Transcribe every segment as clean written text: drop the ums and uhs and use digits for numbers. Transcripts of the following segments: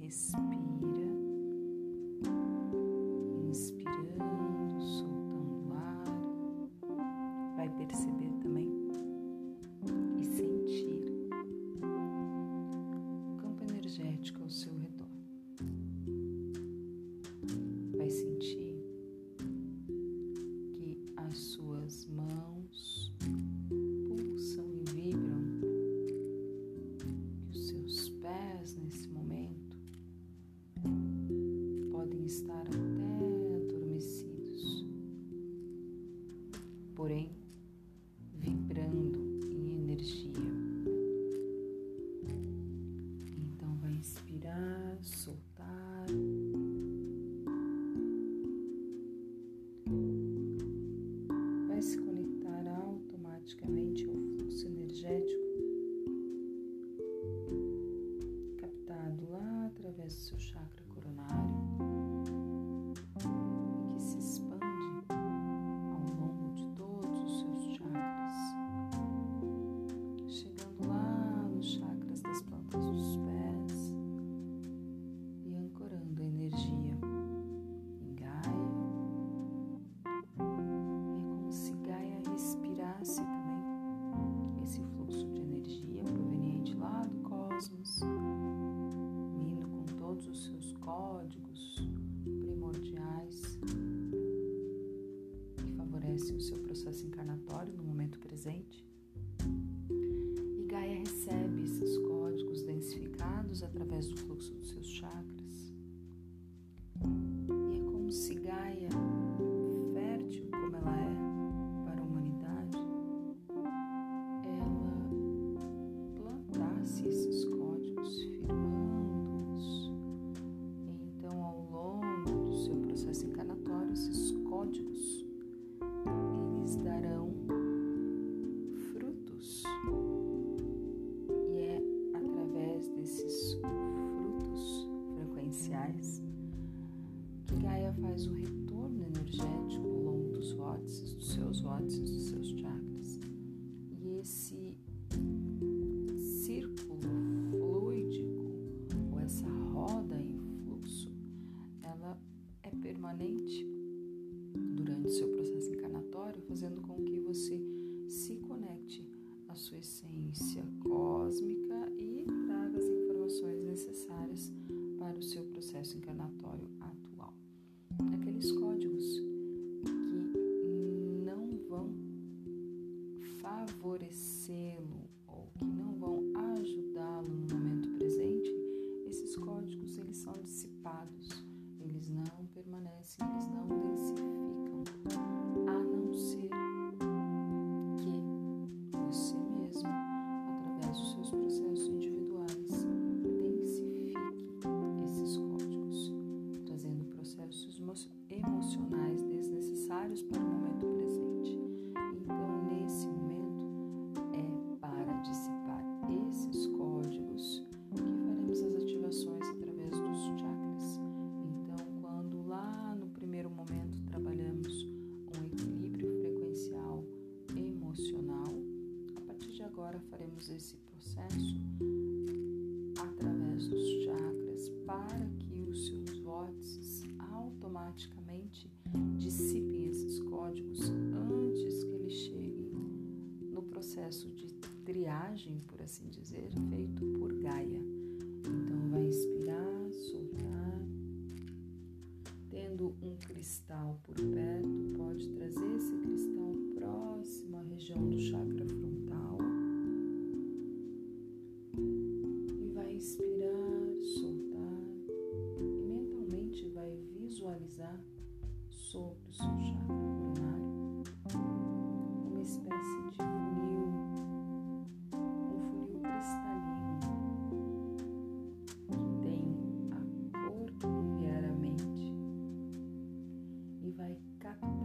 respira, inspirando, soltando o ar. Vai perceber também e sentir o campo energético ao seu redor. Vai sentir que as suas mãos pulsam e vibram, que os seus pés nesse momento podem estar até adormecidos, porém vibrando em energia. Então vai inspirar, soltar. Vai se conectar automaticamente ao fluxo energético captado lá através do seu chakra coronário, que se expande ao longo de todos os seus chakras, chegando lá nos chakras das plantas dos pés e ancorando a energia em Gaia. É como se Gaia respirasse também esse fluxo de energia proveniente lá do cosmos, indo com todos os seus códigos primordiais que favorecem o seu processo encarnatório no momento presente. E Gaia recebe esses códigos densificados através do fluxo dos seus chakras. E é como se Gaia, fértil como ela é para a humanidade, ela plantasse esses códigos, firmando-os. Então, ao longo do seu processo encarnatório, esses códigos, eles darão frutos. E é através desses frutos frequenciais que Gaia faz o retorno energético ao longo dos vórtices, dos seus chakras. E esse círculo fluídico, ou essa roda em fluxo, ela é permanente durante o seu processo encarnatório, fazendo com que você se conecte à sua essência cósmica e traga as informações necessárias para o seu processo encarnatório atual. Aqueles códigos que não vão favorecê-lo ou que não vão ajudá-lo no momento presente, esses códigos eles são dissipados, eles não permanecem, eles não densificam, a não ser que você mesmo, através dos seus processos individuais, densifique esses códigos, trazendo processos emocionais desnecessários para o momento presente. Então, nesse momento, é para dissipar esses códigos que faremos as ativações através dos chakras. Então, quando lá no primeiro momento trabalhamos um equilíbrio frequencial emocional, a partir de agora faremos esse processo através dos chakras para que os seus vórtices automaticamente dissipem esses códigos antes que eles cheguem no processo de triagem, por assim dizer, feito por Gaia. Então vai inspirar, soltar. Tendo um cristal por perto, pode trazer esse cristal próximo à região do chakra frontal. E vai inspirar, soltar. E mentalmente vai visualizar sobre o seu chakra coronário uma espécie de funil, um funil cristalino que tem a cor que lhe vier à mente e vai captar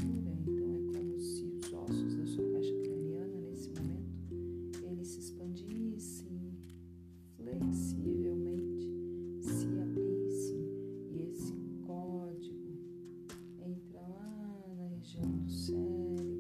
abertura, então é como se os ossos da sua caixa craniana, nesse momento, eles se expandissem flexivelmente, se abrissem, e esse código entra lá na região do cérebro,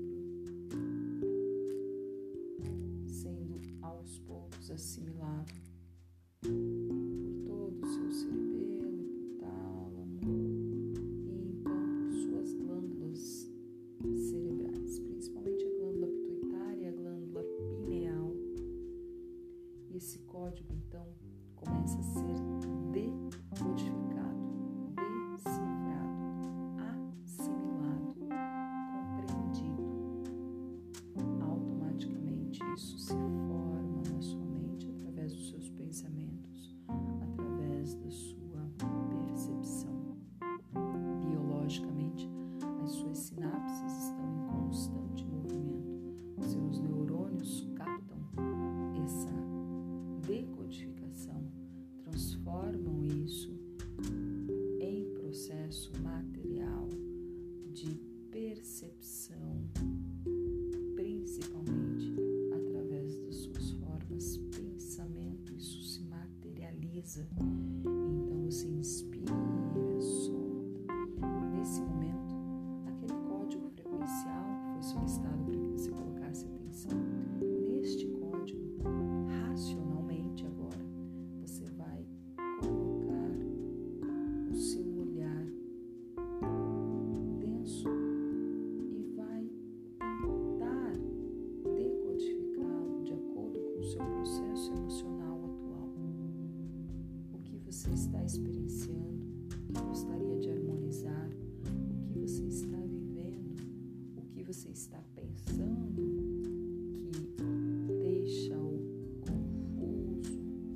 sendo aos poucos assimilado por todo o seu cerebelo, hipotálamo, e então por suas glândulas cerebrais, principalmente a glândula pituitária e a glândula pineal. E esse código, então, começa a ser decodificado, decifrado, assimilado, compreendido. Automaticamente isso se forma na sua mente através dos seus pensamentos, através da sua percepção. Biologicamente, as suas sinapses estão em constante movimento. Seus neurônios captam essa decodificação, transformam isso em processo material de percepção, principalmente através das suas formas pensamento. Isso se materializa. Então você inspira, solta. Nesse momento, aquele código frequencial que foi solicitado para que você colocasse atenção, neste código, racionalmente agora, você vai colocar o seu olhar denso e vai tentar decodificá-lo de acordo com o seu processo emocional atual. O que você está experienciando, o que gostaria de harmonizar, o que você está vivendo, o que você está pensando que deixa-o confuso,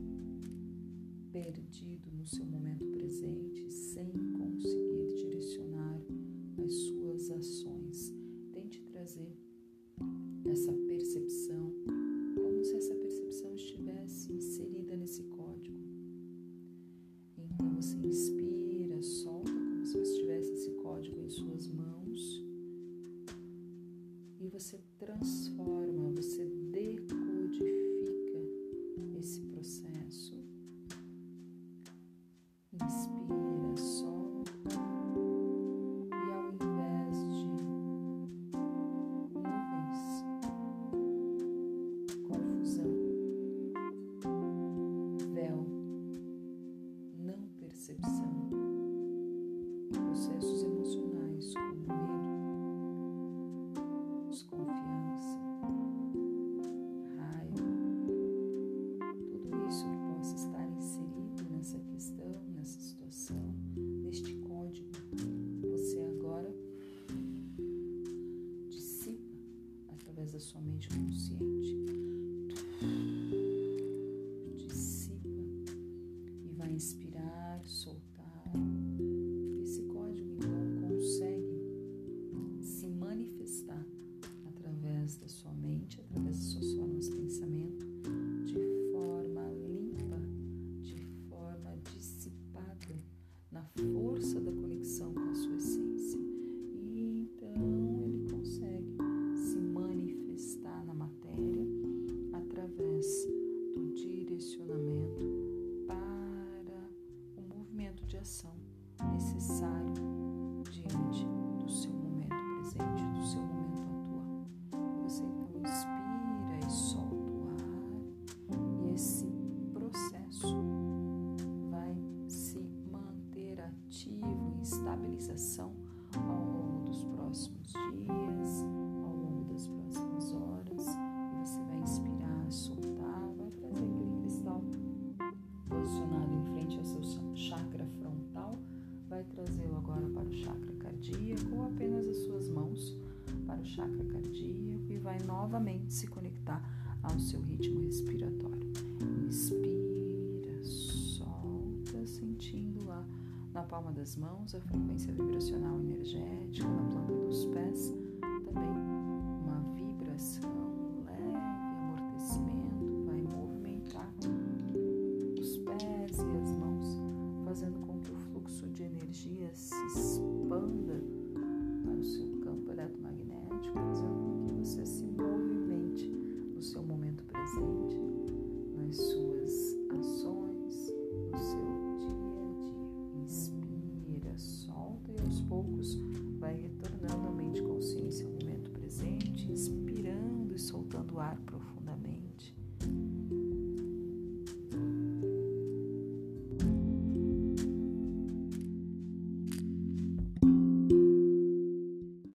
perdido no seu momento presente, sem conseguir direcionar as suas ações. Tente trazer essa percepção como se essa percepção estivesse inserida nesse código. Então você inspira, solta como se você tivesse esse código em suas mãos e você transforma, você decodifica esse processo. Inspira, solta, e ao invés de nuvens, confusão, véu, não percepção, processos emocionais como medo, desconfiança, raiva, tudo isso que possa estar inserido nessa questão, nessa situação, neste código, você agora dissipa através da sua mente consciente, dissipa e vai inspirar, soltar. Esse código então consegue se manifestar através da sua mente, através das suas formas de pensamento, de forma limpa, de forma dissipada, na força da conexão com a sua essência. E então ele consegue se manifestar na matéria através do direcionamento para o movimento de ação necessário diante do seu momento presente, do seu momento atual. Você então inspira e solta o ar, e esse processo vai se manter ativo em estabilização ao longo dos próximos dias, ao longo das próximas horas. E você vai inspirar, soltar, vai trazer aquele cristal posicionado em frente ao seu chakra frontal, vai trazê-lo agora para o chakra cardíaco, ou apenas as suas mãos para o chakra cardíaco, e vai novamente se conectar ao seu ritmo respiratório. Inspira, solta, sentindo lá na palma das mãos a frequência vibracional energética, na planta dos pés também uma vibração leve, amortecimento, vai movimentar os pés e as mãos, fazendo com que o fluxo de energia se expanda para o seu campo soltando o ar profundamente.